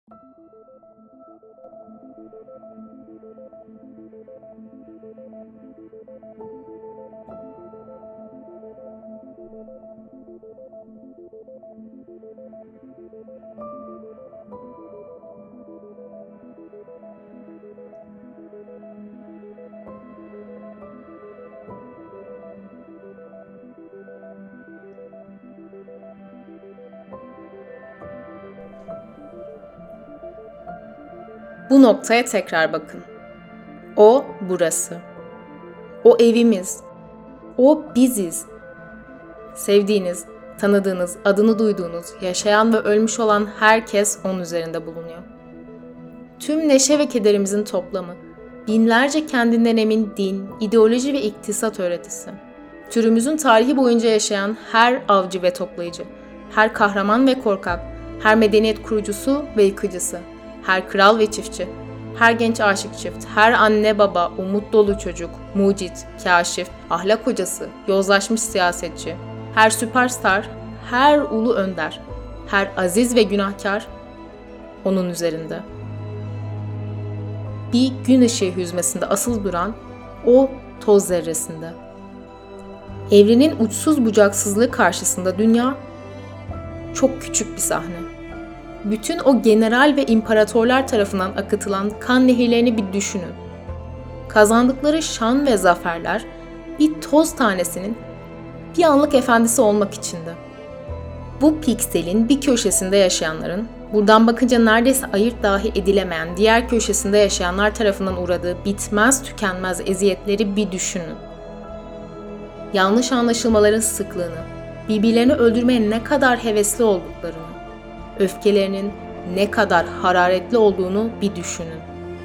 Bu noktaya tekrar bakın. O burası. O evimiz. O biziz. Sevdiğiniz, tanıdığınız, adını duyduğunuz, yaşayan ve ölmüş olan herkes onun üzerinde bulunuyor. Tüm neşe ve kederimizin toplamı, binlerce kendinden emin din, ideoloji ve iktisat öğretisi. Türümüzün tarihi boyunca yaşayan her avcı ve toplayıcı, her kahraman ve korkak, her medeniyet kurucusu ve yıkıcısı, her kral ve çiftçi, her genç aşık çift, her anne baba, umut dolu çocuk, mucit, kâşif, ahlak hocası, yozlaşmış siyasetçi, her süperstar, her ulu önder, her aziz ve günahkar onun üzerinde. Bir gün ışığı hüzmesinde asıl duran o toz zerresinde. Evrenin uçsuz bucaksızlığı karşısında dünya çok küçük bir sahne. Bütün o general ve imparatorlar tarafından akıtılan kan nehirlerini bir düşünün. Kazandıkları şan ve zaferler bir toz tanesinin bir anlık efendisi olmak içindi. Bu pikselin bir köşesinde yaşayanların, buradan bakınca neredeyse ayırt dahi edilemeyen diğer köşesinde yaşayanlar tarafından uğradığı bitmez tükenmez eziyetleri bir düşünün. Yanlış anlaşılmaların sıklığını, birbirlerini öldürmeye ne kadar hevesli olduklarını, öfkelerinin ne kadar hararetli olduğunu bir düşünün.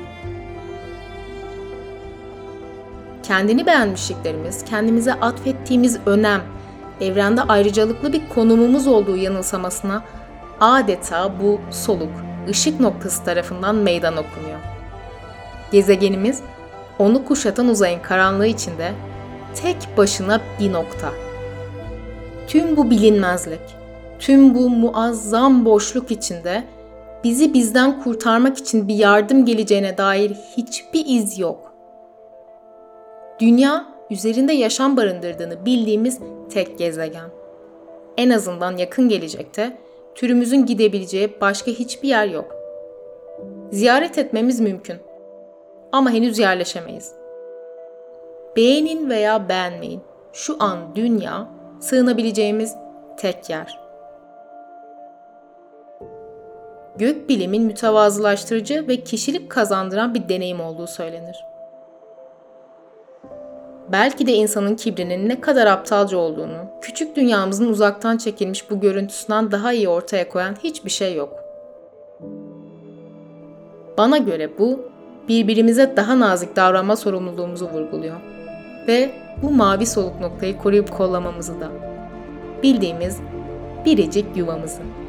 Kendini beğenmişliklerimiz, kendimize atfettiğimiz önem, evrende ayrıcalıklı bir konumumuz olduğu yanılsamasına adeta bu soluk, ışık noktası tarafından meydan okunuyor. Gezegenimiz, onu kuşatan uzayın karanlığı içinde tek başına bir nokta. Tüm bu bilinmezlik, tüm bu muazzam boşluk içinde bizi bizden kurtarmak için bir yardım geleceğine dair hiçbir iz yok. Dünya, üzerinde yaşam barındırdığını bildiğimiz tek gezegen. En azından yakın gelecekte türümüzün gidebileceği başka hiçbir yer yok. Ziyaret etmemiz mümkün ama henüz yerleşemeyiz. Beğenin veya beğenmeyin, şu an dünya sığınabileceğimiz tek yer. Gökbilimin mütevazılaştırıcı ve kişilik kazandıran bir deneyim olduğu söylenir. Belki de insanın kibrinin ne kadar aptalca olduğunu, küçük dünyamızın uzaktan çekilmiş bu görüntüsünden daha iyi ortaya koyan hiçbir şey yok. Bana göre bu, birbirimize daha nazik davranma sorumluluğumuzu vurguluyor. Ve bu mavi soluk noktayı koruyup kollamamızı da. Bildiğimiz biricik yuvamızı.